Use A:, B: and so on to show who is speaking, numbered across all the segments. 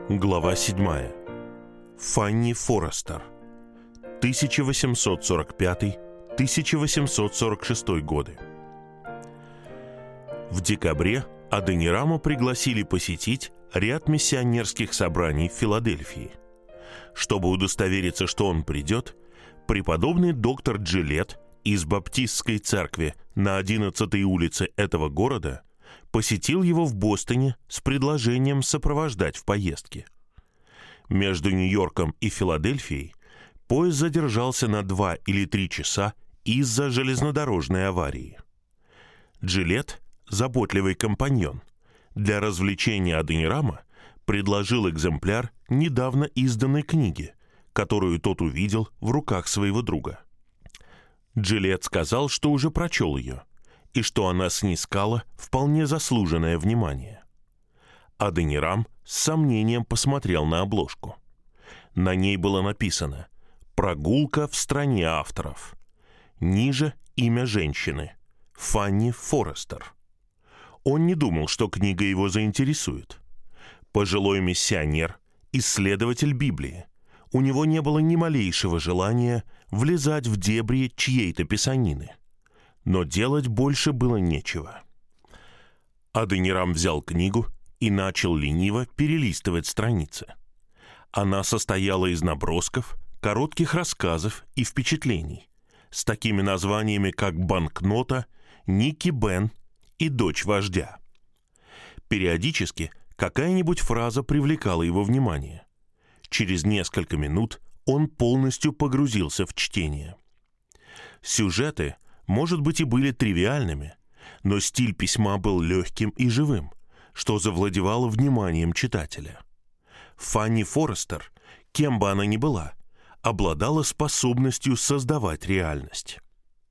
A: Глава 7. Фанни Форестер. 1845-1846 годы. В декабре Аденираму пригласили посетить ряд миссионерских собраний в Филадельфии. Чтобы удостовериться, что он придет, преподобный доктор Джилет из Баптистской церкви на 11-й улице этого города посетил его в Бостоне с предложением сопровождать в поездке. Между Нью-Йорком и Филадельфией поезд задержался на 2 или 3 часа из-за железнодорожной аварии. Джилет, заботливый компаньон, для развлечения Аденирама предложил экземпляр недавно изданной книги, которую тот увидел в руках своего друга. Джилет сказал, что уже прочел ее, и что она снискала вполне заслуженное внимание. Аденирам с сомнением посмотрел на обложку. На ней было написано «Прогулка в стране авторов». Ниже имя женщины – Фанни Форестер. Он не думал, что книга его заинтересует. Пожилой миссионер, исследователь Библии, у него не было ни малейшего желания влезать в дебри чьей-то писанины. Но делать больше было нечего. Аденирам взял книгу и начал лениво перелистывать страницы. Она состояла из набросков, коротких рассказов и впечатлений, с такими названиями, как «Банкнота», «Ники Бен» и «Дочь вождя». Периодически какая-нибудь фраза привлекала его внимание. Через несколько минут он полностью погрузился в чтение. Сюжеты, может быть, и были тривиальными, но стиль письма был легким и живым, что завладевало вниманием читателя. Фанни Форестер, кем бы она ни была, обладала способностью создавать реальность.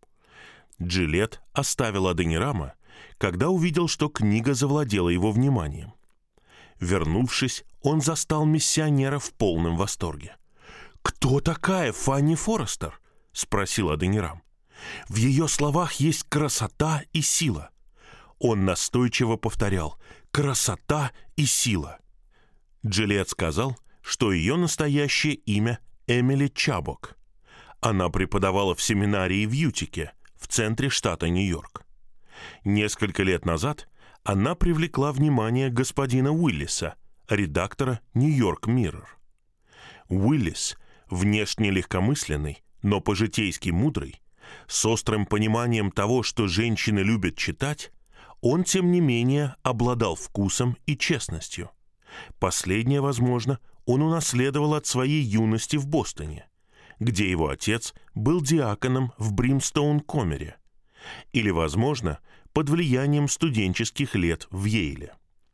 A: Джилет оставил Аденирама, когда увидел, что книга завладела его вниманием. Вернувшись, он застал миссионера в полном восторге. «Кто такая Фанни Форестер?» — спросил Аденирам. «В ее словах есть красота и сила». Он настойчиво повторял «красота и сила». Джилет сказал, что ее настоящее имя Эмили Чабок. Она преподавала в семинарии в Ютике, в центре штата Нью-Йорк. Несколько лет назад она привлекла внимание господина Уиллиса, редактора «Нью-Йорк Миррор». Уиллис, внешне легкомысленный, но по-житейски мудрый, с острым пониманием того, что женщины любят читать, он, тем не менее, обладал вкусом и честностью. Последнее, возможно, он унаследовал от своей юности в Бостоне, где его отец был диаконом в Бримстоун-Комере, или, возможно, под влиянием студенческих лет в Йейле.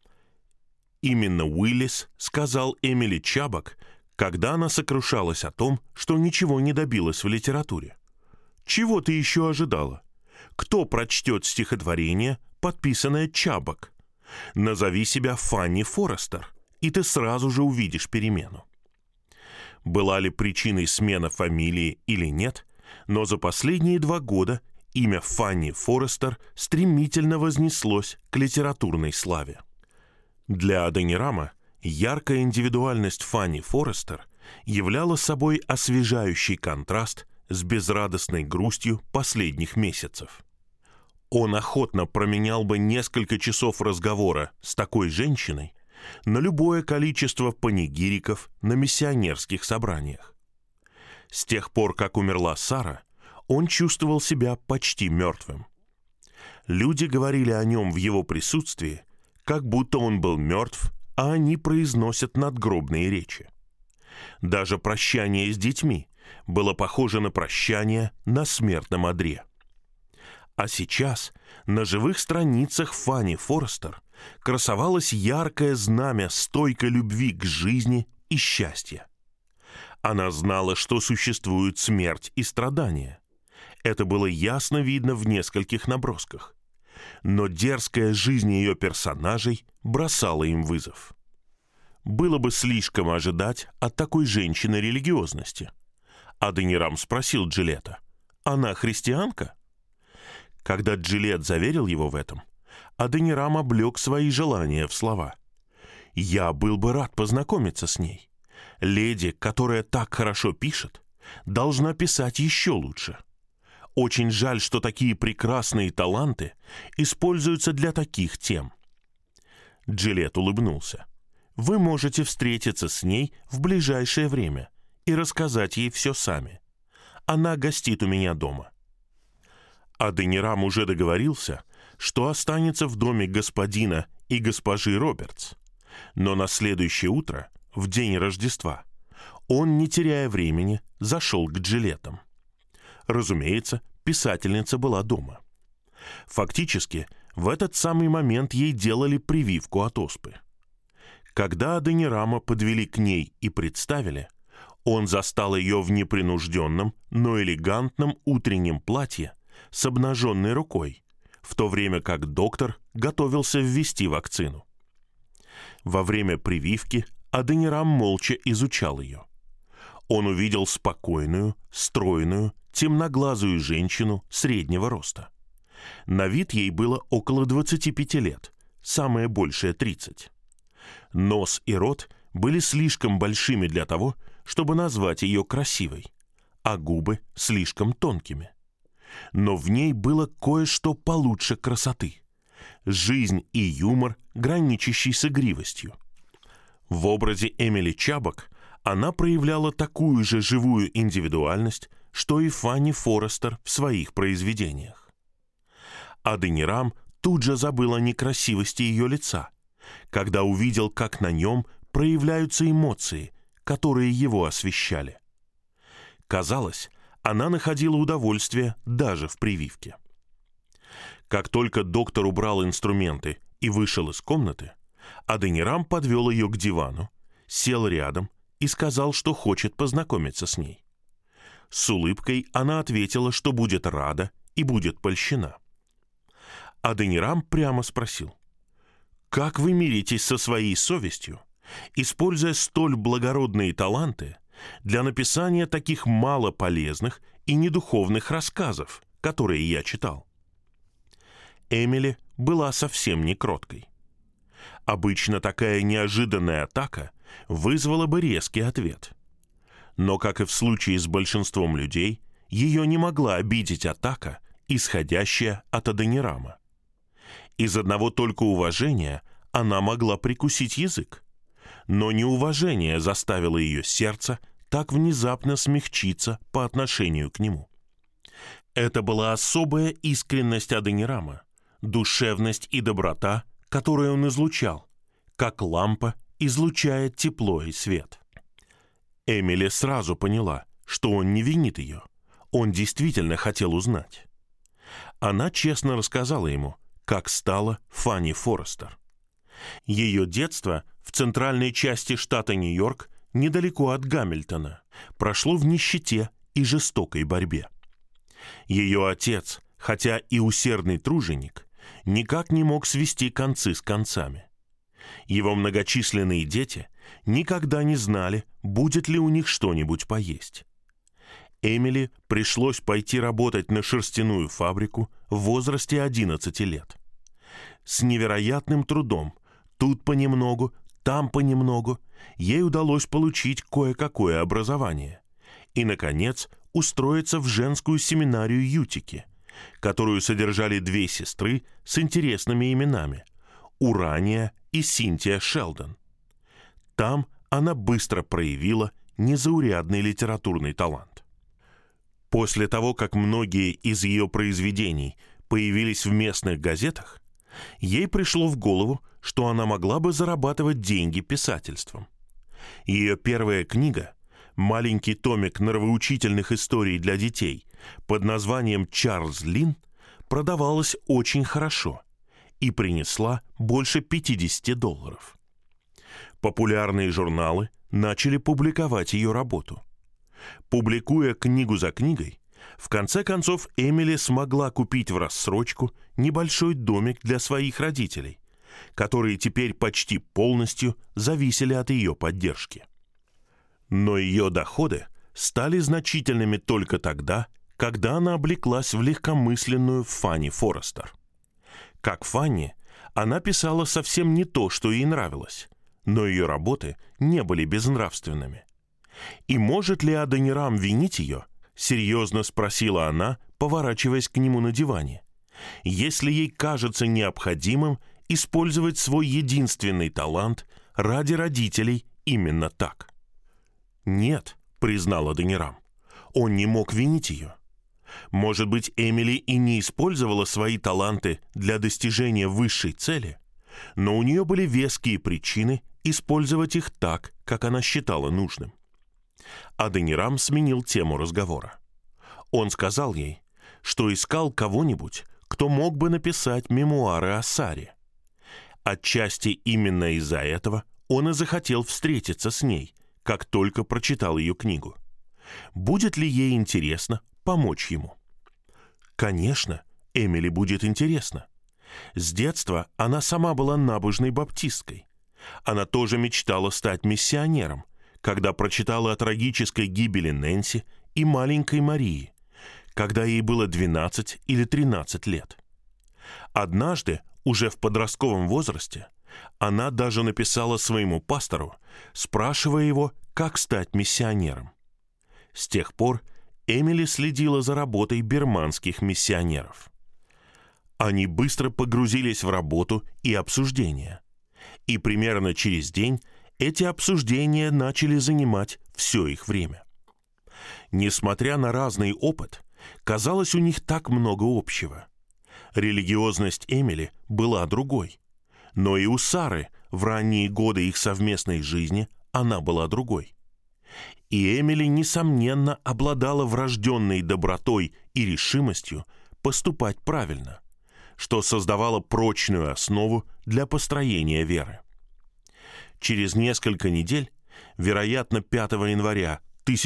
A: Именно Уиллис сказал Эмили Чабок, когда она сокрушалась о том, что ничего не добилась в литературе. «Чего ты еще ожидала? Кто прочтет стихотворение, подписанное Чабок? Назови себя Фанни Форестер, и ты сразу же увидишь перемену». Была ли причиной смена фамилии или нет, но за последние 2 года имя Фанни Форестер стремительно вознеслось к литературной славе. Для Аденирама яркая индивидуальность Фанни Форестер являла собой освежающий контраст с безрадостной грустью последних месяцев. Он охотно променял бы несколько часов разговора с такой женщиной на любое количество панигириков на миссионерских собраниях. С тех пор, как умерла Сара, он чувствовал себя почти мертвым. Люди говорили о нем в его присутствии, как будто он был мертв, а они произносят надгробные речи. Даже прощание с детьми было похоже на прощание на смертном одре. А сейчас на живых страницах Фанни Форестер красовалось яркое знамя стойкой любви к жизни и счастья. Она знала, что существует смерть и страдания. Это было ясно видно в нескольких набросках. Но дерзкая жизнь ее персонажей бросала им вызов. Было бы слишком ожидать от такой женщины религиозности. Аденирам спросил Джилета: «Она христианка?» Когда Джилет заверил его в этом, Аденирам облег свои желания в слова. Я был бы рад познакомиться с ней. Леди, которая так хорошо пишет, должна писать еще лучше. Очень жаль, что такие прекрасные таланты используются для таких тем». Джилетт улыбнулся. «Вы можете встретиться с ней в ближайшее время и рассказать ей все сами. Она гостит у меня дома». Аденирам уже договорился, что останется в доме господина и госпожи Робертс. Но на следующее утро, в день Рождества, он, не теряя времени, зашел к Джилеттам. Разумеется, писательница была дома. Фактически, в этот самый момент ей делали прививку от оспы. Когда Аденирама подвели к ней и представили, он застал ее в непринужденном, но элегантном утреннем платье с обнаженной рукой, в то время как доктор готовился ввести вакцину. Во время прививки Аденирам молча изучал ее. Он увидел спокойную, стройную, темноглазую женщину среднего роста. На вид ей было около 25 лет, самое большее 30. Нос и рот были слишком большими для того, чтобы назвать ее красивой, а губы слишком тонкими. Но в ней было кое-что получше красоты. Жизнь и юмор, граничащий с игривостью. В образе Эмили Чабок она проявляла такую же живую индивидуальность, что и Фанни Форестер в своих произведениях. Аденирам тут же забыл о некрасивости ее лица, когда увидел, как на нем проявляются эмоции, которые его освещали. Казалось, она находила удовольствие даже в прививке. Как только доктор убрал инструменты и вышел из комнаты, Аденирам подвел ее к дивану, сел рядом и сказал, что хочет познакомиться с ней. С улыбкой она ответила, что будет рада и будет польщена. Аденирам прямо спросил: «Как вы миритесь со своей совестью, используя столь благородные таланты для написания таких малополезных и недуховных рассказов, которые я читал?» Эмили была совсем не кроткой. Обычно такая неожиданная атака вызвала бы резкий ответ. Но, как и в случае с большинством людей, ее не могла обидеть атака, исходящая от Аденирама. Из одного только уважения она могла прикусить язык, но неуважение заставило ее сердце так внезапно смягчиться по отношению к нему. Это была особая искренность Аденирама, душевность и доброта, которую он излучал, как лампа излучает тепло и свет. Эмили сразу поняла, что он не винит ее, он действительно хотел узнать. Она честно рассказала ему, как стала Фанни Форестер. Ее детство в центральной части штата Нью-Йорк, недалеко от Гамильтона, прошло в нищете и жестокой борьбе. Ее отец, хотя и усердный труженик, никак не мог свести концы с концами. Его многочисленные дети никогда не знали, будет ли у них что-нибудь поесть. Эмили пришлось пойти работать на шерстяную фабрику в возрасте 11 лет. С невероятным трудом, тут понемногу, там понемногу, ей удалось получить кое-какое образование и, наконец, устроиться в женскую семинарию Ютики, которую содержали две сестры с интересными именами – Урания и Синтия Шелдон. Там она быстро проявила незаурядный литературный талант. После того, как многие из ее произведений появились в местных газетах, ей пришло в голову, что она могла бы зарабатывать деньги писательством. Ее первая книга, маленький томик нравоучительных историй для детей под названием «Чарльз Лин», продавалась очень хорошо и принесла больше $50. Популярные журналы начали публиковать ее работу. Публикуя книгу за книгой, в конце концов Эмили смогла купить в рассрочку небольшой домик для своих родителей, которые теперь почти полностью зависели от ее поддержки. Но ее доходы стали значительными только тогда, когда она облеклась в легкомысленную Фанни Форестер. Как Фанни, она писала совсем не то, что ей нравилось, но ее работы не были безнравственными. «И может ли Адонирам винить ее?» — серьезно спросила она, поворачиваясь к нему на диване. «Если ей кажется необходимым использовать свой единственный талант ради родителей именно так». «Нет», — признал Адонирам, — «он не мог винить ее. Может быть, Эмили и не использовала свои таланты для достижения высшей цели, но у нее были веские причины использовать их так, как она считала нужным». Адонирам сменил тему разговора. Он сказал ей, что искал кого-нибудь, кто мог бы написать мемуары о Саре. Отчасти именно из-за этого он и захотел встретиться с ней, как только прочитал ее книгу. Будет ли ей интересно помочь ему? Конечно, Эмили будет интересно. С детства она сама была набожной баптисткой. Она тоже мечтала стать миссионером, когда прочитала о трагической гибели Нэнси и маленькой Марии, когда ей было 12 или 13 лет. Однажды, уже в подростковом возрасте, она даже написала своему пастору, спрашивая его, как стать миссионером. С тех пор Эмили следила за работой бирманских миссионеров. Они быстро погрузились в работу и обсуждения, и примерно через день эти обсуждения начали занимать все их время. Несмотря на разный опыт, казалось, у них так много общего. Религиозность Эмили была другой, но и у Сары в ранние годы их совместной жизни она была другой. И Эмили, несомненно, обладала врожденной добротой и решимостью поступать правильно, что создавало прочную основу для построения веры. Через несколько недель, вероятно, 5 января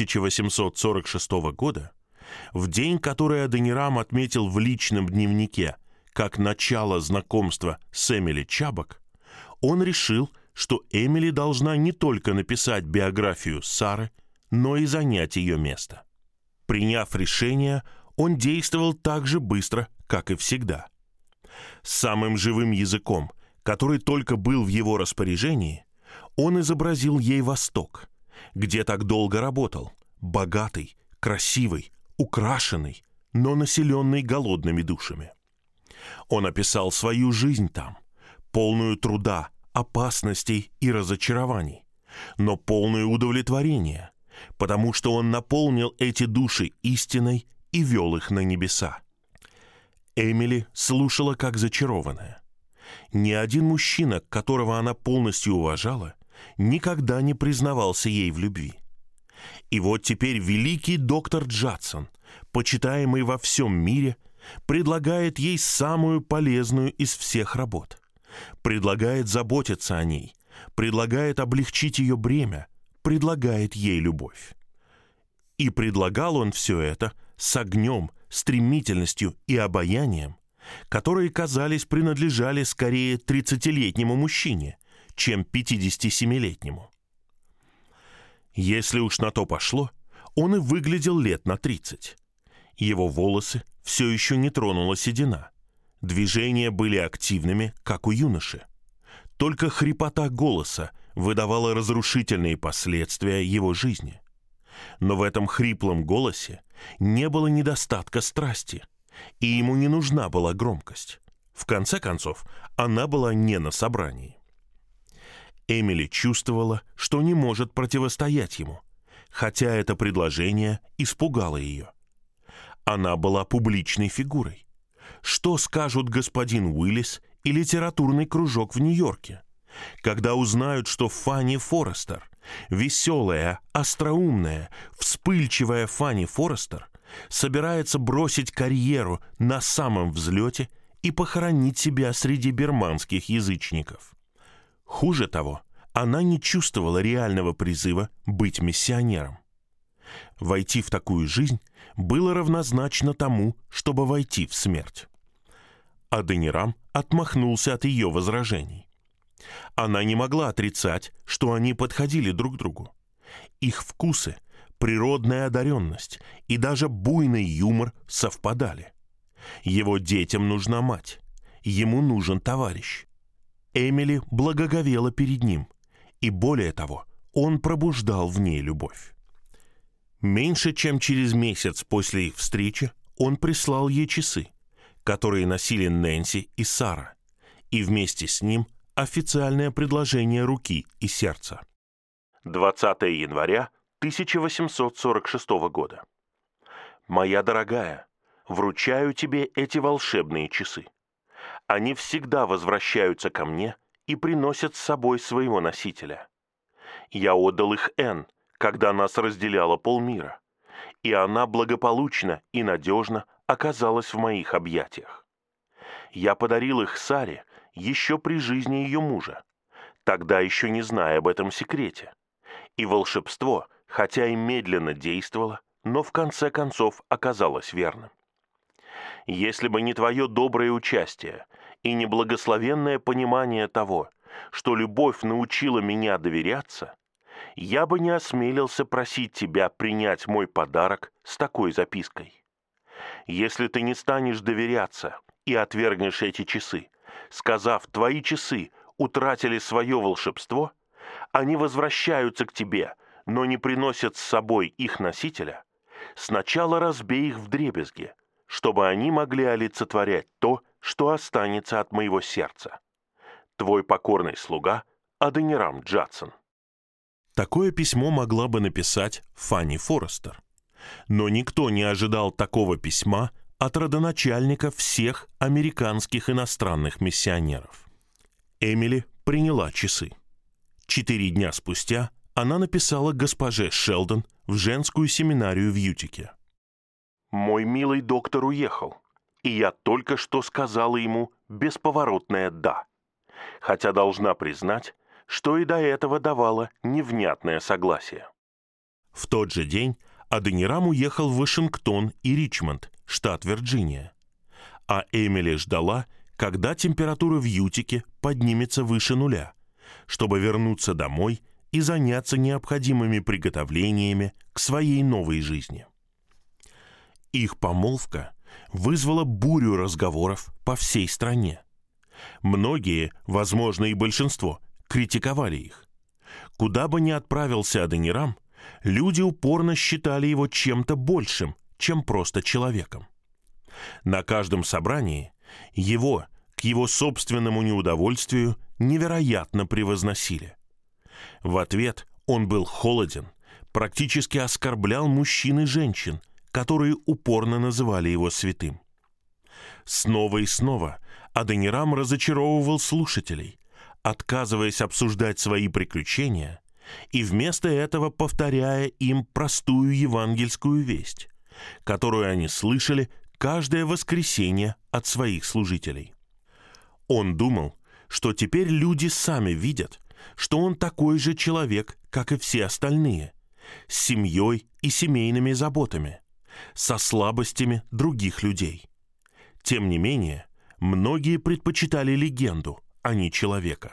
A: 1846 года, в день, который Адонирам отметил в личном дневнике как начало знакомства с Эмили Чабок, он решил, что Эмили должна не только написать биографию Сары, но и занять ее место. Приняв решение, он действовал так же быстро, как и всегда. Самым живым языком, который только был в его распоряжении, он изобразил ей Восток, где так долго работал, богатый, красивый, украшенный, но населенный голодными душами. Он описал свою жизнь там, полную труда, опасностей и разочарований, но полную удовлетворения, потому что он наполнил эти души истиной и вел их на небеса. Эмили слушала как зачарованная. Ни один мужчина, которого она полностью уважала, никогда не признавался ей в любви. И вот теперь великий доктор Джадсон, почитаемый во всем мире, предлагает ей самую полезную из всех работ, предлагает заботиться о ней, предлагает облегчить ее бремя, предлагает ей любовь. И предлагал он все это с огнем, стремительностью и обаянием, которые, казались, принадлежали скорее 30-летнему мужчине, чем 57-летнему. Если уж на то пошло, он и выглядел лет на 30. Его волосы все еще не тронула седина. Движения были активными, как у юноши. Только хрипота голоса выдавала разрушительные последствия его жизни. Но в этом хриплом голосе не было недостатка страсти, и ему не нужна была громкость. В конце концов, она была не на собрании. Эмили чувствовала, что не может противостоять ему, хотя это предложение испугало ее. Она была публичной фигурой. Что скажут господин Уиллис и литературный кружок в Нью-Йорке, когда узнают, что Фанни Форестер, веселая, остроумная, вспыльчивая Фанни Форестер, собирается бросить карьеру на самом взлете и похоронить себя среди бирманских язычников? Хуже того, она не чувствовала реального призыва быть миссионером. Войти в такую жизнь было равнозначно тому, чтобы войти в смерть. Адонирам отмахнулся от ее возражений. Она не могла отрицать, что они подходили друг другу. Их вкусы, природная одаренность и даже буйный юмор совпадали. Его детям нужна мать, ему нужен товарищ. Эмили благоговела перед ним, И более того, он пробуждал в ней любовь. Меньше чем через месяц после их встречи он прислал ей часы, которые носили Нэнси и Сара, и вместе с ним официальное предложение руки и сердца. 20 января 1846 года. «Моя дорогая, вручаю тебе эти волшебные часы. Они всегда возвращаются ко мне и приносят с собой своего носителя. Я отдал их Энн, когда нас разделяло полмира, и она благополучно и надежно оказалась в моих объятиях. Я подарил их Саре еще при жизни ее мужа, тогда еще не зная об этом секрете. И волшебство, хотя и медленно действовало, но в конце концов оказалось верным. Если бы не твое доброе участие и не благословенное понимание того, что любовь научила меня доверяться, я бы не осмелился просить тебя принять мой подарок с такой запиской. Если ты не станешь доверяться и отвергнешь эти часы, сказав, твои часы утратили свое волшебство, они возвращаются к тебе, но не приносят с собой их носителя, сначала разбей их вдребезги, чтобы они могли олицетворять то, что останется от моего сердца. Твой покорный слуга Аденирам Джадсон». Такое письмо могла бы написать Фанни Форестер. Но никто не ожидал такого письма от родоначальника всех американских иностранных миссионеров. Эмили приняла часы. 4 дня спустя она написала госпоже Шелдон в женскую семинарию в Ютике. «Мой милый доктор уехал, и я только что сказала ему бесповоротное «да», хотя должна признать, что и до этого давала невнятное согласие». В тот же день Аденирам уехал в Вашингтон и Ричмонд, штат Вирджиния, а Эмили ждала, когда температура в Ютике поднимется выше 0, чтобы вернуться домой и заняться необходимыми приготовлениями к своей новой жизни. Их помолвка вызвала бурю разговоров по всей стране. Многие, возможно и большинство, критиковали их. Куда бы ни отправился Аденирам, люди упорно считали его чем-то большим, чем просто человеком. На каждом собрании его, к его собственному неудовольствию, невероятно превозносили. В ответ он был холоден, практически оскорблял мужчин и женщин, которые упорно называли его святым. Снова и снова Аденирам разочаровывал слушателей, отказываясь обсуждать свои приключения и вместо этого повторяя им простую евангельскую весть, которую они слышали каждое воскресенье от своих служителей. Он думал, что теперь люди сами видят, что он такой же человек, как и все остальные, с семьей и семейными заботами, со слабостями других людей. Тем не менее, многие предпочитали легенду, а не человека.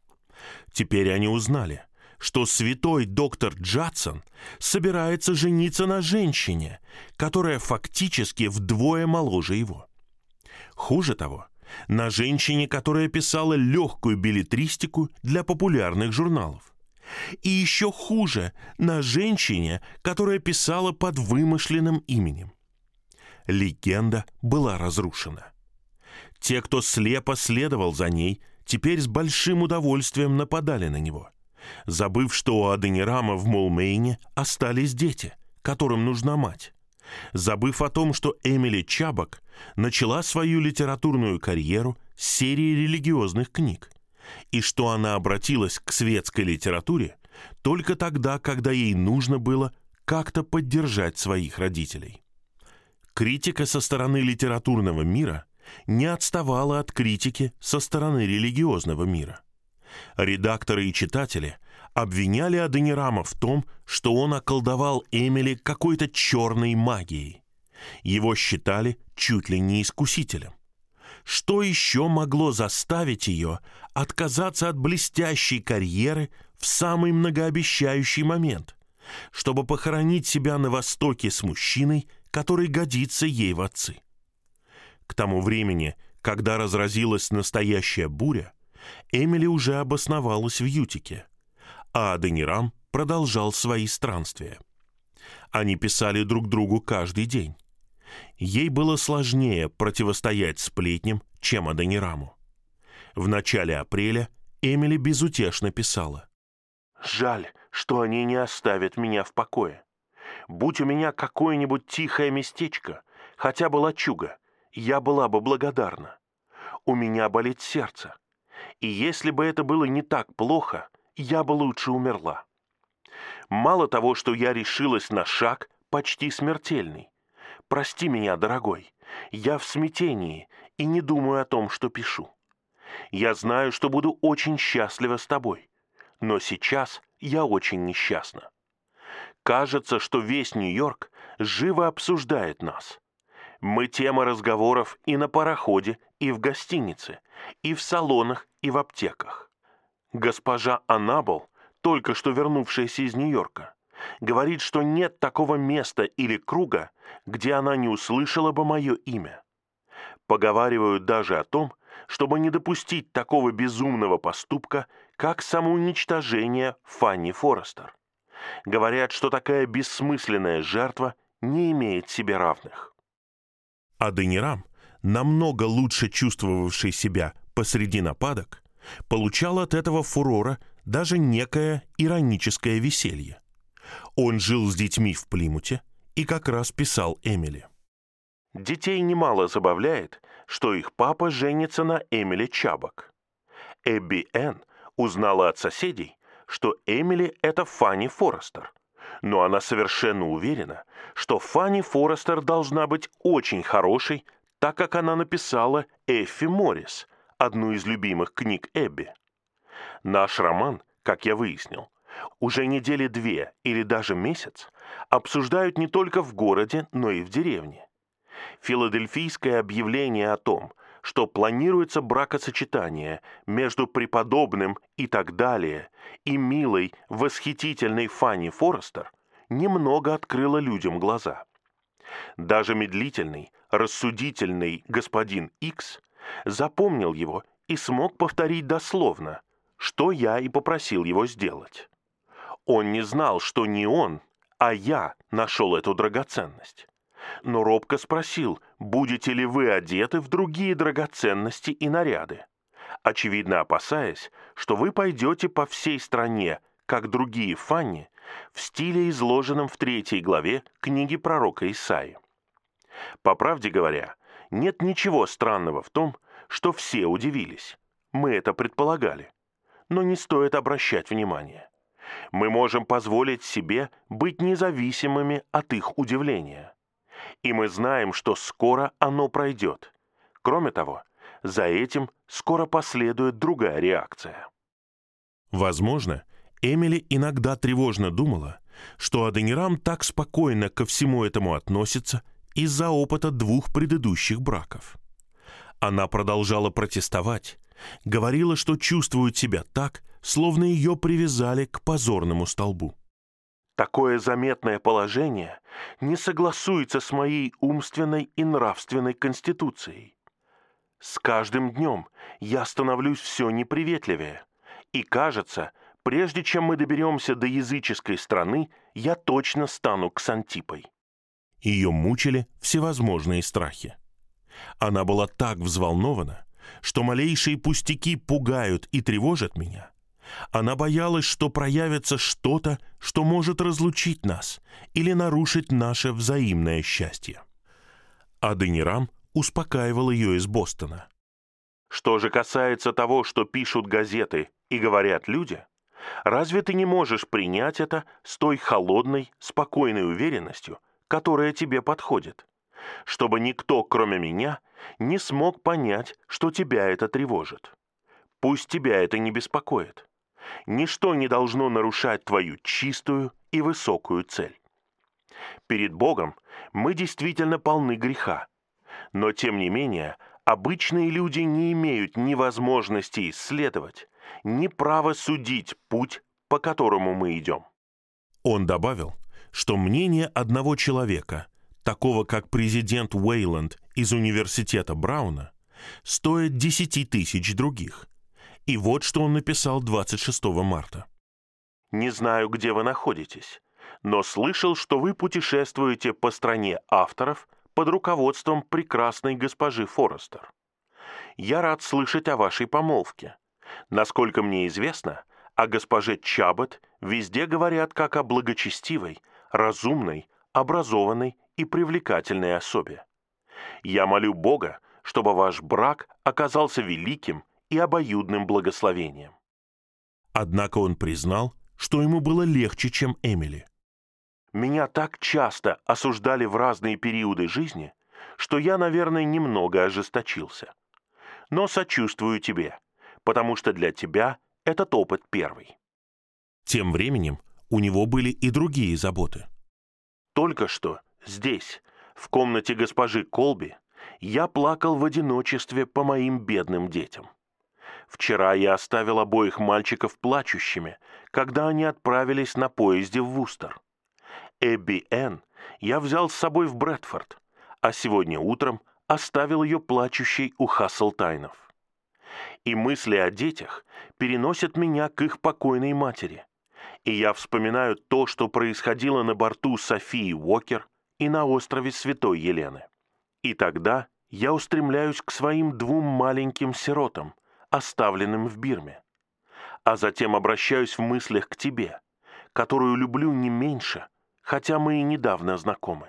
A: Теперь они узнали, что святой доктор Джадсон собирается жениться на женщине, которая фактически вдвое моложе его. Хуже того, на женщине, которая писала легкую беллетристику для популярных журналов. И еще хуже, на женщине, которая писала под вымышленным именем. Легенда была разрушена. Те, кто слепо следовал за ней, теперь с большим удовольствием нападали на него, забыв, что у Аденирама в Молмейне остались дети, которым нужна мать, забыв о том, что Эмили Чабок начала свою литературную карьеру с серии религиозных книг, и что она обратилась к светской литературе только тогда, когда ей нужно было как-то поддержать своих родителей. Критика со стороны литературного мира не отставала от критики со стороны религиозного мира. Редакторы и читатели обвиняли Аденирама в том, что он околдовал Эмили какой-то черной магией. Его считали чуть ли не искусителем. Что еще могло заставить ее отказаться от блестящей карьеры в самый многообещающий момент, чтобы похоронить себя на Востоке с мужчиной, который годится ей в отцы? К тому времени, когда разразилась настоящая буря, Эмили уже обосновалась в Ютике, а Адонирам продолжал свои странствия. Они писали друг другу каждый день. Ей было сложнее противостоять сплетням, чем Адонираму. В начале апреля Эмили безутешно писала: «Жаль, что они не оставят меня в покое. Будь у меня какое-нибудь тихое местечко, хотя бы лачуга, я была бы благодарна. У меня болит сердце. И если бы это было не так плохо, я бы лучше умерла. Мало того, что я решилась на шаг почти смертельный. Прости меня, дорогой, я в смятении и не думаю о том, что пишу. Я знаю, что буду очень счастлива с тобой, но сейчас я очень несчастна. Кажется, что весь Нью-Йорк живо обсуждает нас. Мы тема разговоров и на пароходе, и в гостинице, и в салонах, и в аптеках. Госпожа Аннабелл, только что вернувшаяся из Нью-Йорка, говорит, что нет такого места или круга, где она не услышала бы мое имя. Поговаривают даже о том, чтобы не допустить такого безумного поступка, как самоуничтожение Фанни Форестер. Говорят, что такая бессмысленная жертва не имеет себе равных. Адонирам, намного лучше чувствовавший себя посреди нападок, получал от этого фурора даже некое ироническое веселье. Он жил с детьми в Плимуте и как раз писал Эмили: «Детей немало забавляет, что их папа женится на Эмили Чабок. Эбби Энн узнала от соседей, что Эмили — это Фанни Форестер, но она совершенно уверена, что Фанни Форестер должна быть очень хорошей, так как она написала Эффи Моррис, одну из любимых книг Эбби. Наш роман, как я выяснил, уже недели 2 или даже месяц обсуждают не только в городе, но и в деревне. Филадельфийское объявление о том, что планируется бракосочетание между преподобным и так далее и милой, восхитительной Фанни Форестер, немного открыло людям глаза. Даже медлительный, рассудительный господин Икс запомнил его и смог повторить дословно, что я и попросил его сделать. Он не знал, что не он, а я нашел эту драгоценность. Но робко спросил, будете ли вы одеты в другие драгоценности и наряды, очевидно опасаясь, что вы пойдете по всей стране, как другие Фанни, в стиле, изложенном в 3 главе книги пророка Исаии. По правде говоря, нет ничего странного в том, что все удивились. Мы это предполагали. Но не стоит обращать внимания. Мы можем позволить себе быть независимыми от их удивления. И мы знаем, что скоро оно пройдет. Кроме того, за этим скоро последует другая реакция. Возможно, Эмили иногда тревожно думала, что Адонирам так спокойно ко всему этому относится из-за опыта 2 предыдущих браков. Она продолжала протестовать, говорила, что чувствует себя так, словно ее привязали к позорному столбу. Такое заметное положение не согласуется с моей умственной и нравственной конституцией. С каждым днем я становлюсь все неприветливее, и, кажется, прежде чем мы доберемся до языческой страны, я точно стану Ксантипой. Ее мучили всевозможные страхи. Она была так взволнована, что малейшие пустяки пугают и тревожат меня. Она боялась, что проявится что-то, что может разлучить нас или нарушить наше взаимное счастье. Адонирам успокаивал ее из Бостона. Что же касается того, что пишут газеты и говорят люди, разве ты не можешь принять это с той холодной, спокойной уверенностью, которая тебе подходит, чтобы никто, кроме меня, не смог понять, что тебя это тревожит? Пусть тебя это не беспокоит. Ничто не должно нарушать твою чистую и высокую цель. Перед Богом мы действительно полны греха, но тем не менее обычные люди не имеют ни возможности исследовать, ни права судить путь, по которому мы идем. Он добавил, что мнение одного человека, такого как президент Уэйланд из университета Брауна, стоит 10 000 других. И вот что он написал 26 марта. Не знаю, где вы находитесь, но слышал, что вы путешествуете по стране авторов под руководством прекрасной госпожи Форестер. Я рад слышать о вашей помолвке. Насколько мне известно, о госпоже Чабот везде говорят как о благочестивой, разумной, образованной и привлекательной особе. Я молю Бога, чтобы ваш брак оказался великим и обоюдным благословением». Однако он признал, что ему было легче, чем Эмили. «Меня так часто осуждали в разные периоды жизни, что я, наверное, немного ожесточился. Но сочувствую тебе, потому что для тебя этот опыт первый». Тем временем у него были и другие заботы. «Только что здесь, в комнате госпожи Колби, я плакал в одиночестве по моим бедным детям. Вчера я оставил обоих мальчиков плачущими, когда они отправились на поезде в Вустер. Эбби Энн я взял с собой в Брэдфорд, а сегодня утром оставил ее плачущей у Хасселтайнов. И мысли о детях переносят меня к их покойной матери, и я вспоминаю то, что происходило на борту Софии Уокер и на острове Святой Елены. И тогда я устремляюсь к своим двум маленьким сиротам, оставленным в Бирме, а затем обращаюсь в мыслях к тебе, которую люблю не меньше, хотя мы и недавно знакомы.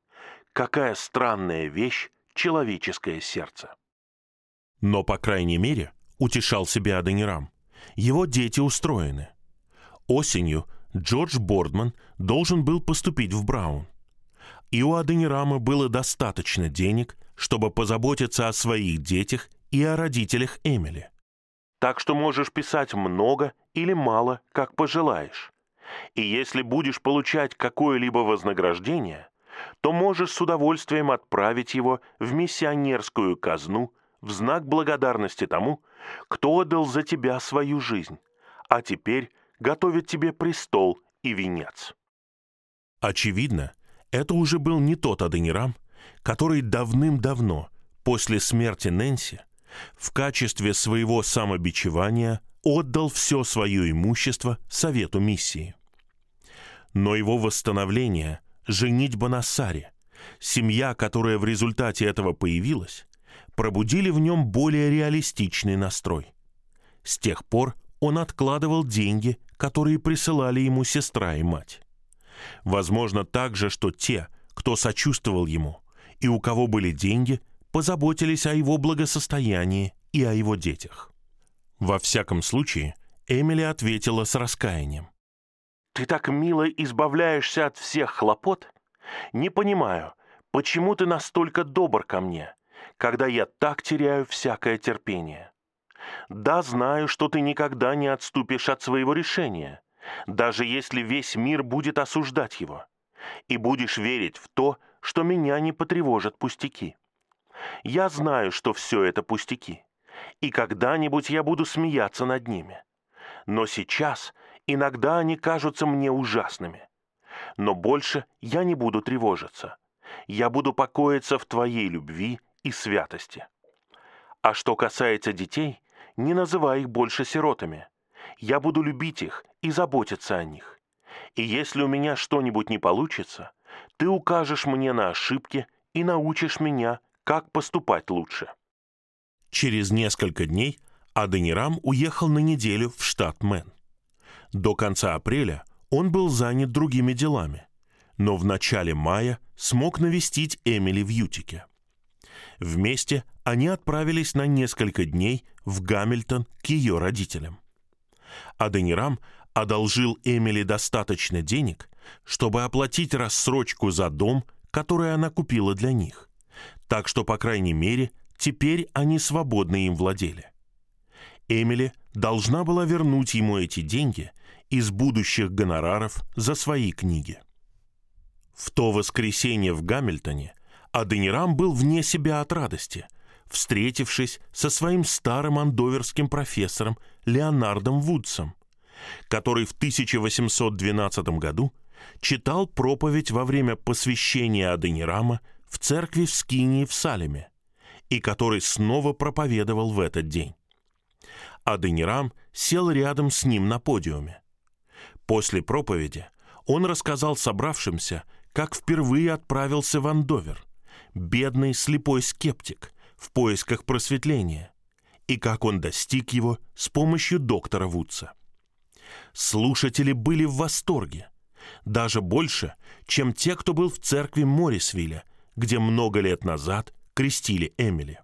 A: Какая странная вещь человеческое сердце!» Но, по крайней мере, утешал себя Адонирам, его дети устроены. Осенью Джордж Бордман должен был поступить в Браун. И у Адонирама было достаточно денег, чтобы позаботиться о своих детях и о родителях Эмили. Так что можешь писать много или мало, как пожелаешь. И если будешь получать какое-либо вознаграждение, то можешь с удовольствием отправить его в миссионерскую казну в знак благодарности тому, кто отдал за тебя свою жизнь, а теперь готовит тебе престол и венец». Очевидно, это уже был не тот Адонирам, который давным-давно, после смерти Нэнси, в качестве своего самобичевания отдал все свое имущество Совету миссии. Но его восстановление, женитьба на Саре, семья, которая в результате этого появилась, пробудили в нем более реалистичный настрой. С тех пор он откладывал деньги, которые присылали ему сестра и мать. Возможно также, что те, кто сочувствовал ему и у кого были деньги, позаботились о его благосостоянии и о его детях. Во всяком случае, Эмили ответила с раскаянием: «Ты так мило избавляешься от всех хлопот? Не понимаю, почему ты настолько добр ко мне, когда я так теряю всякое терпение. Да, знаю, что ты никогда не отступишь от своего решения, даже если весь мир будет осуждать его, и будешь верить в то, что меня не потревожат пустяки. Я знаю, что все это пустяки, и когда-нибудь я буду смеяться над ними. Но сейчас иногда они кажутся мне ужасными. Но больше я не буду тревожиться. Я буду покоиться в твоей любви и святости. А что касается детей, не называй их больше сиротами. Я буду любить их и заботиться о них. И если у меня что-нибудь не получится, ты укажешь мне на ошибки и научишь меня, как поступать лучше». Через несколько дней Адонирам уехал на неделю в штат Мэн. До конца апреля он был занят другими делами, но в начале мая смог навестить Эмили в Ютике. Вместе они отправились на несколько дней в Гамильтон к ее родителям. Адонирам одолжил Эмили достаточно денег, чтобы оплатить рассрочку за дом, который она купила для них, так что, по крайней мере, теперь они свободно им владели. Эмили должна была вернуть ему эти деньги из будущих гонораров за свои книги. В то воскресенье в Гамильтоне Адонирам был вне себя от радости, встретившись со своим старым андоверским профессором Леонардом Вудсом, который в 1812 году читал проповедь во время посвящения Адонирама в церкви в Скинии в Салеме, и который снова проповедовал в этот день. Адонирам сел рядом с ним на подиуме. После проповеди он рассказал собравшимся, как впервые отправился в Андовер, бедный слепой скептик в поисках просветления, и как он достиг его с помощью доктора Вудса. Слушатели были в восторге, даже больше, чем те, кто был в церкви Моррисвилля, где много лет назад крестили Эмили.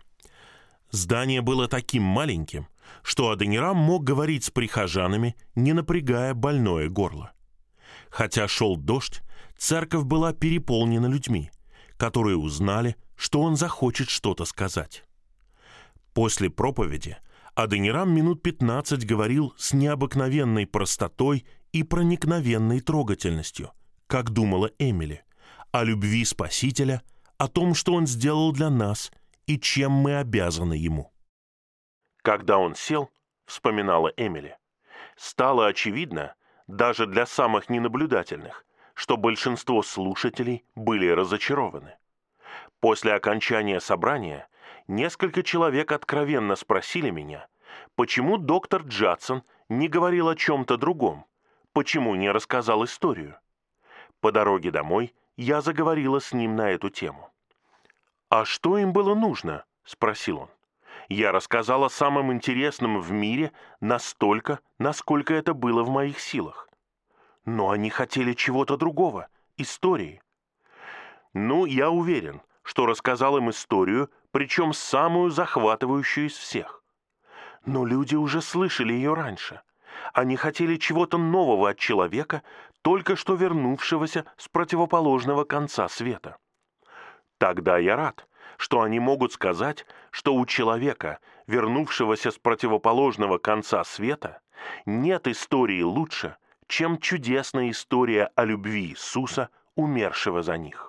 A: Здание было таким маленьким, что Аденирам мог говорить с прихожанами, не напрягая больное горло. Хотя шел дождь, церковь была переполнена людьми, которые узнали, что он захочет что-то сказать. После проповеди Аденирам минут 15 говорил с необыкновенной простотой и проникновенной трогательностью, как думала Эмили, о любви Спасителя, о том, что он сделал для нас и чем мы обязаны ему. Когда он сел, вспоминала Эмили, стало очевидно, даже для самых ненаблюдательных, что большинство слушателей были разочарованы. После окончания собрания несколько человек откровенно спросили меня, почему доктор Джадсон не говорил о чем-то другом, почему не рассказал историю. По дороге домой я заговорила с ним на эту тему. «А что им было нужно?» – спросил он. «Я рассказал о самом интересном в мире настолько, насколько это было в моих силах. Но они хотели чего-то другого, истории. Ну, я уверен, что рассказал им историю, причем самую захватывающую из всех. Но люди уже слышали ее раньше. Они хотели чего-то нового от человека, только что вернувшегося с противоположного конца света. Тогда я рад, что они могут сказать, что у человека, вернувшегося с противоположного конца света, нет истории лучше, чем чудесная история о любви Иисуса, умершего за них».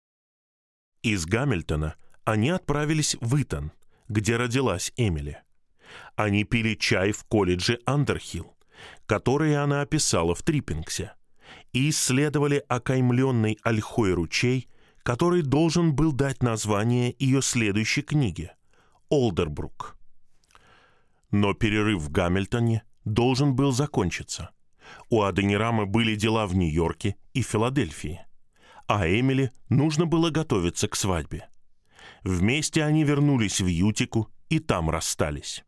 A: Из Гамильтона они отправились в Итон, где родилась Эмили. Они пили чай в колледже Андерхилл, который она описала в Триппингсе, и исследовали окаймленный ольхой ручей, который должен был дать название ее следующей книге «Олдербрук». Но перерыв в Гамильтоне должен был закончиться. У Аденирама были дела в Нью-Йорке и Филадельфии, а Эмили нужно было готовиться к свадьбе. Вместе они вернулись в Ютику и там расстались.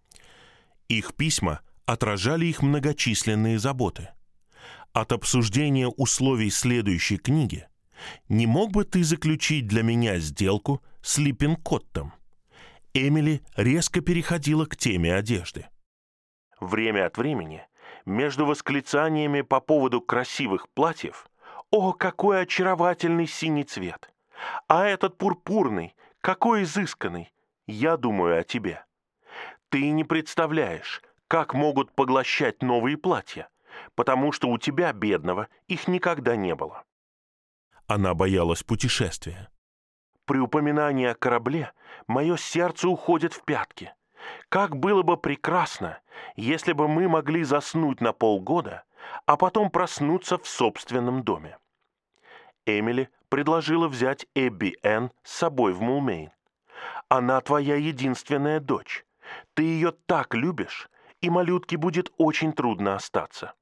A: Их письма отражали их многочисленные заботы. От обсуждения условий следующей книги: «Не мог бы ты заключить для меня сделку с Липпинкоттом?» Эмили резко переходила к теме одежды. Время от времени, между восклицаниями по поводу красивых платьев: «О, какой очаровательный синий цвет! А этот пурпурный, какой изысканный! Я думаю о тебе. Ты не представляешь, как могут поглощать новые платья, потому что у тебя, бедного, их никогда не было». Она боялась путешествия. «При упоминании о корабле мое сердце уходит в пятки. Как было бы прекрасно, если бы мы могли заснуть на полгода, а потом проснуться в собственном доме». Эмили предложила взять Эбби Энн с собой в Мулмейн. «Она твоя единственная дочь. Ты ее так любишь, и малютке будет очень трудно остаться».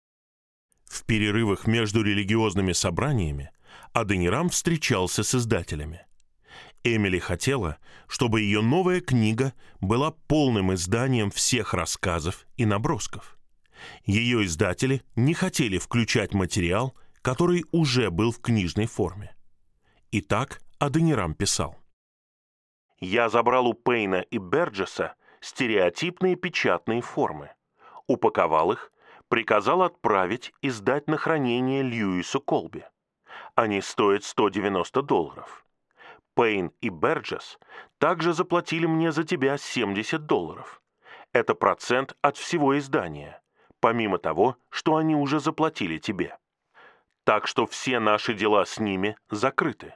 A: В перерывах между религиозными собраниями Аденирам встречался с издателями. Эмили хотела, чтобы ее новая книга была полным изданием всех рассказов и набросков. Ее издатели не хотели включать материал, который уже был в книжной форме. Итак, Аденирам писал: «Я забрал у Пейна и Берджеса стереотипные печатные формы, упаковал их, приказал отправить и сдать на хранение Льюису Колби. Они стоят $190. Пейн и Берджес также заплатили мне за тебя $70. Это процент от всего издания, помимо того, что они уже заплатили тебе. Так что все наши дела с ними закрыты.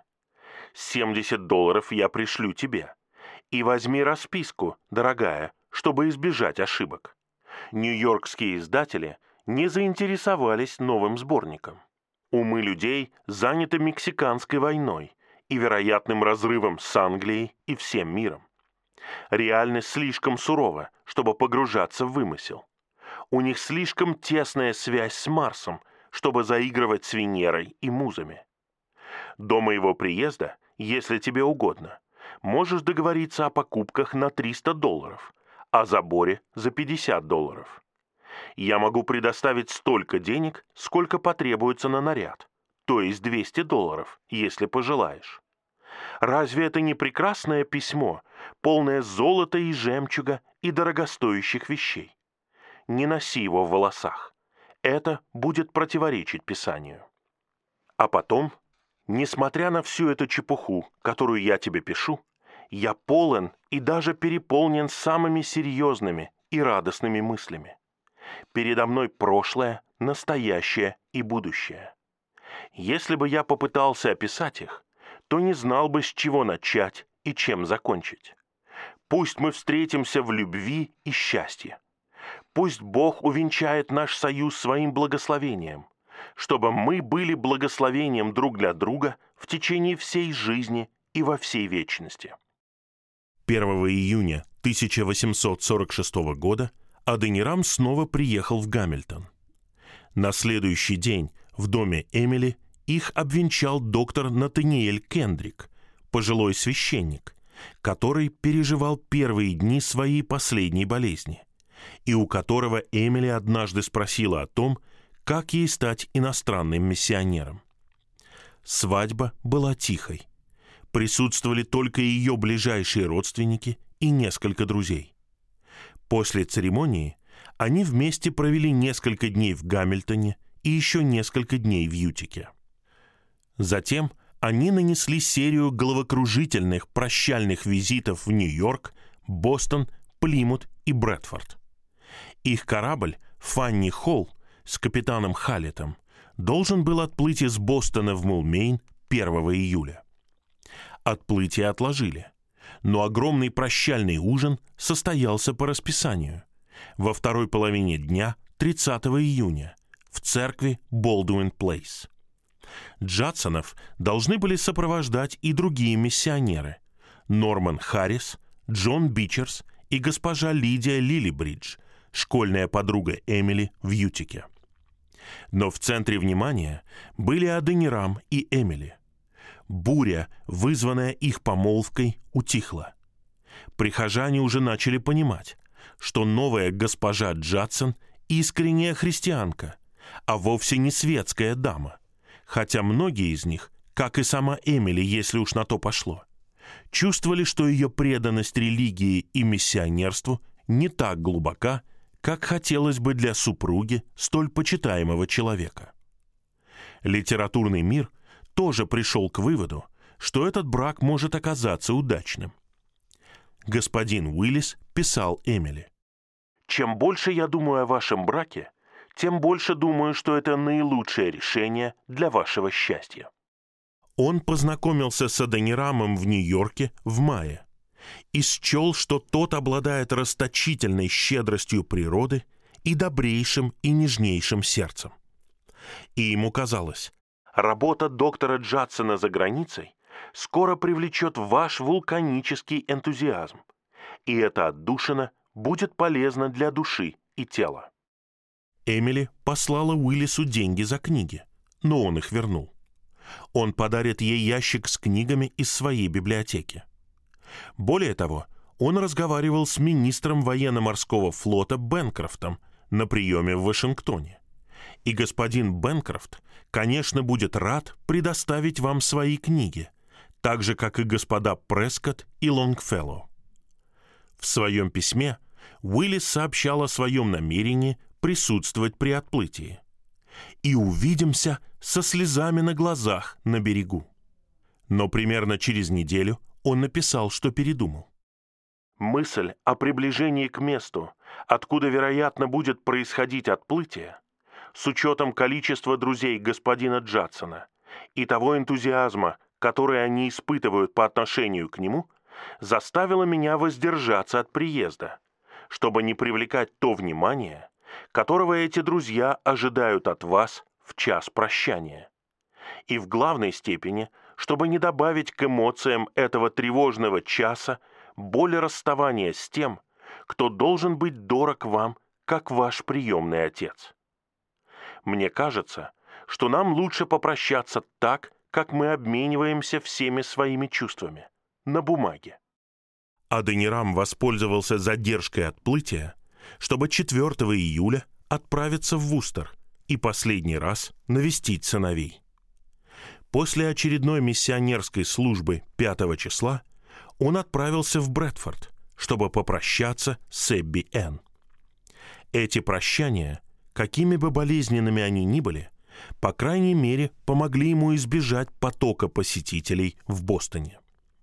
A: $70 я пришлю тебе. И возьми расписку, дорогая, чтобы избежать ошибок. Нью-Йоркские издатели не заинтересовались новым сборником. Умы людей заняты Мексиканской войной и вероятным разрывом с Англией и всем миром. Реальность слишком сурова, чтобы погружаться в вымысел. У них слишком тесная связь с Марсом, чтобы заигрывать с Венерой и музами. До моего приезда, если тебе угодно, можешь договориться о покупках на $300, о заборе за $50. Я могу предоставить столько денег, сколько потребуется на наряд, то есть $200, если пожелаешь. Разве это не прекрасное письмо, полное золота и жемчуга и дорогостоящих вещей? Не носи его в волосах. Это будет противоречить Писанию. А потом, несмотря на всю эту чепуху, которую я тебе пишу, я полон и даже переполнен самыми серьезными и радостными мыслями. Передо мной прошлое, настоящее и будущее. Если бы я попытался описать их, то не знал бы, с чего начать и чем закончить. Пусть мы встретимся в любви и счастье. Пусть Бог увенчает наш союз своим благословением, чтобы мы были благословением друг для друга в течение всей жизни и во всей вечности. 1 июня 1846 года Аденирам снова приехал в Гамильтон. На следующий день в доме Эмили их обвенчал доктор Натаниэль Кендрик, пожилой священник, который переживал первые дни своей последней болезни, и у которого Эмили однажды спросила о том, как ей стать иностранным миссионером. Свадьба была тихой. Присутствовали только ее ближайшие родственники и несколько друзей. После церемонии они вместе провели несколько дней в Гамильтоне и еще несколько дней в Ютике. Затем они нанесли серию головокружительных прощальных визитов в Нью-Йорк, Бостон, Плимут и Брэдфорд. Их корабль «Фанни Холл» с капитаном Халлетом должен был отплыть из Бостона в Мулмейн 1 июля. Отплытие отложили, но огромный прощальный ужин состоялся по расписанию во второй половине дня 30 июня в церкви Болдуин-Плейс. Джадсонов должны были сопровождать и другие миссионеры – Норман Харрис, Джон Бичерс и госпожа Лидия Лилибридж, школьная подруга Эмили в Ютике. Но в центре внимания были Аденирам и Эмили. Буря, вызванная их помолвкой, утихла. Прихожане уже начали понимать, что новая госпожа Джадсон – искренняя христианка, а вовсе не светская дама, хотя многие из них, как и сама Эмили, если уж на то пошло, чувствовали, что ее преданность религии и миссионерству не так глубока, как хотелось бы для супруги столь почитаемого человека. Литературный мир тоже пришел к выводу, что этот брак может оказаться удачным. Господин Уиллис писал Эмили: «Чем больше я думаю о вашем браке, тем больше думаю, что это наилучшее решение для вашего счастья». Он познакомился с Аденирамом в Нью-Йорке в мае и счел, что тот обладает расточительной щедростью природы и добрейшим и нежнейшим сердцем. И ему казалось, работа доктора Джадсона за границей скоро привлечет ваш вулканический энтузиазм, и эта отдушина будет полезна для души и тела. Эмили послала Уиллису деньги за книги, но он их вернул. Он подарит ей ящик с книгами из своей библиотеки. Более того, он разговаривал с министром военно-морского флота Бенкрофтом на приеме в Вашингтоне. И господин Бенкрофт, конечно, будет рад предоставить вам свои книги, так же, как и господа Прескотт и Лонгфеллоу. В своем письме Уиллис сообщал о своем намерении присутствовать при отплытии. «И увидимся со слезами на глазах на берегу». Но примерно через неделю он написал, что передумал. «Мысль о приближении к месту, откуда, вероятно, будет происходить отплытие, с учетом количества друзей господина Джадсона и того энтузиазма, который они испытывают по отношению к нему, заставила меня воздержаться от приезда, чтобы не привлекать то внимание, которого эти друзья ожидают от вас в час прощания. И в главной степени, чтобы не добавить к эмоциям этого тревожного часа боль расставания с тем, кто должен быть дорог вам, как ваш приемный отец. Мне кажется, что нам лучше попрощаться так, как мы обмениваемся всеми своими чувствами, на бумаге». Аденирам воспользовался задержкой отплытия, чтобы 4 июля отправиться в Вустер и последний раз навестить сыновей. После очередной миссионерской службы 5 числа он отправился в Брэдфорд, чтобы попрощаться с Эбби Энн. Эти прощания, какими бы болезненными они ни были, по крайней мере, помогли ему избежать потока посетителей в Бостоне.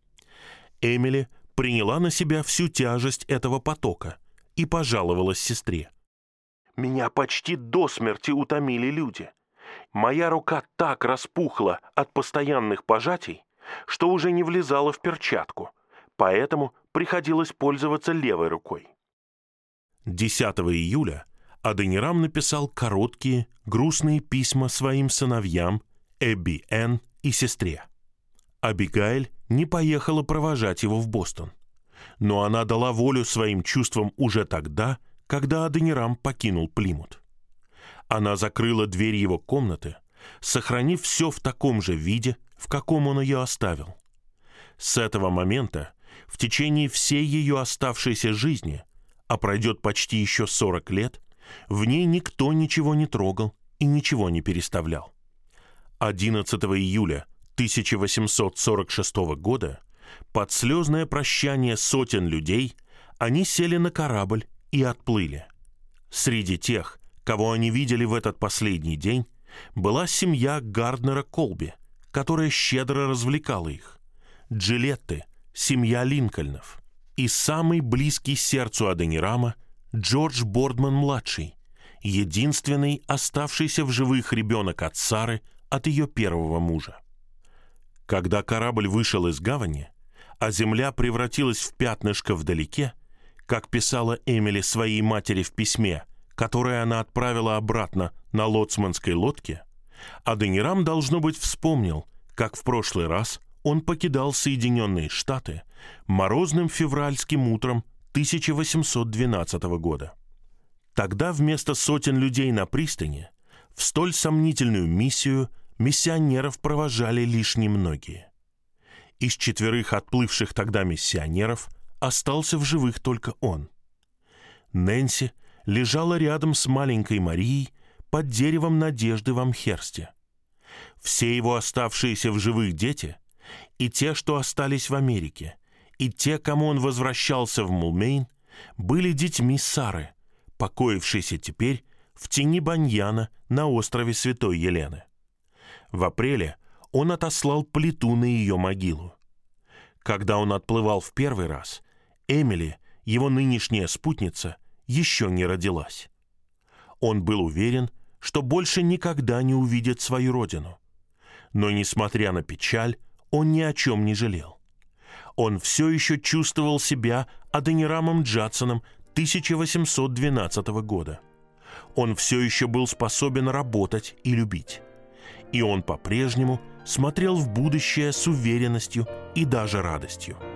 A: Эмили приняла на себя всю тяжесть этого потока и пожаловалась сестре. «Меня почти до смерти утомили люди. Моя рука так распухла от постоянных пожатий, что уже не влезала в перчатку, поэтому приходилось пользоваться левой рукой». 10 июля Аденирам написал короткие, грустные письма своим сыновьям Эбби Энн и сестре. Абигайль не поехала провожать его в Бостон, но она дала волю своим чувствам уже тогда, когда Аденирам покинул Плимут. Она закрыла дверь его комнаты, сохранив все в таком же виде, в каком он ее оставил. С этого момента, в течение всей ее оставшейся жизни, а пройдет почти еще 40 лет, в ней никто ничего не трогал и ничего не переставлял. 11 июля 1846 года, под слезное прощание сотен людей, они сели на корабль и отплыли. Среди тех, кого они видели в этот последний день, была семья Гарднера Колби, которая щедро развлекала их, Джилетты, семья Линкольнов, и самый близкий сердцу Аденирама Джордж Бордман-младший, единственный оставшийся в живых ребенок от Сары, от ее первого мужа. Когда корабль вышел из гавани, а земля превратилась в пятнышко вдалеке, как писала Эмили своей матери в письме, которое она отправила обратно на лоцманской лодке, Аденирам, должно быть, вспомнил, как в прошлый раз он покидал Соединенные Штаты морозным февральским утром 1812 года. Тогда вместо сотен людей на пристани в столь сомнительную миссию миссионеров провожали лишь немногие. Из 4 отплывших тогда миссионеров остался в живых только он. Нэнси лежала рядом с маленькой Марией под деревом надежды в Амхерсте. Все его оставшиеся в живых дети, и те, что остались в Америке, и те, кому он возвращался в Мулмейн, были детьми Сары, покоившейся теперь в тени баньяна на острове Святой Елены. В апреле он отослал плиту на ее могилу. Когда он отплывал в первый раз, Эмили, его нынешняя спутница, еще не родилась. Он был уверен, что больше никогда не увидит свою родину. Но, несмотря на печаль, он ни о чем не жалел. Он все еще чувствовал себя Аденирамом Джадсоном 1812 года. Он все еще был способен работать и любить. И он по-прежнему смотрел в будущее с уверенностью и даже радостью.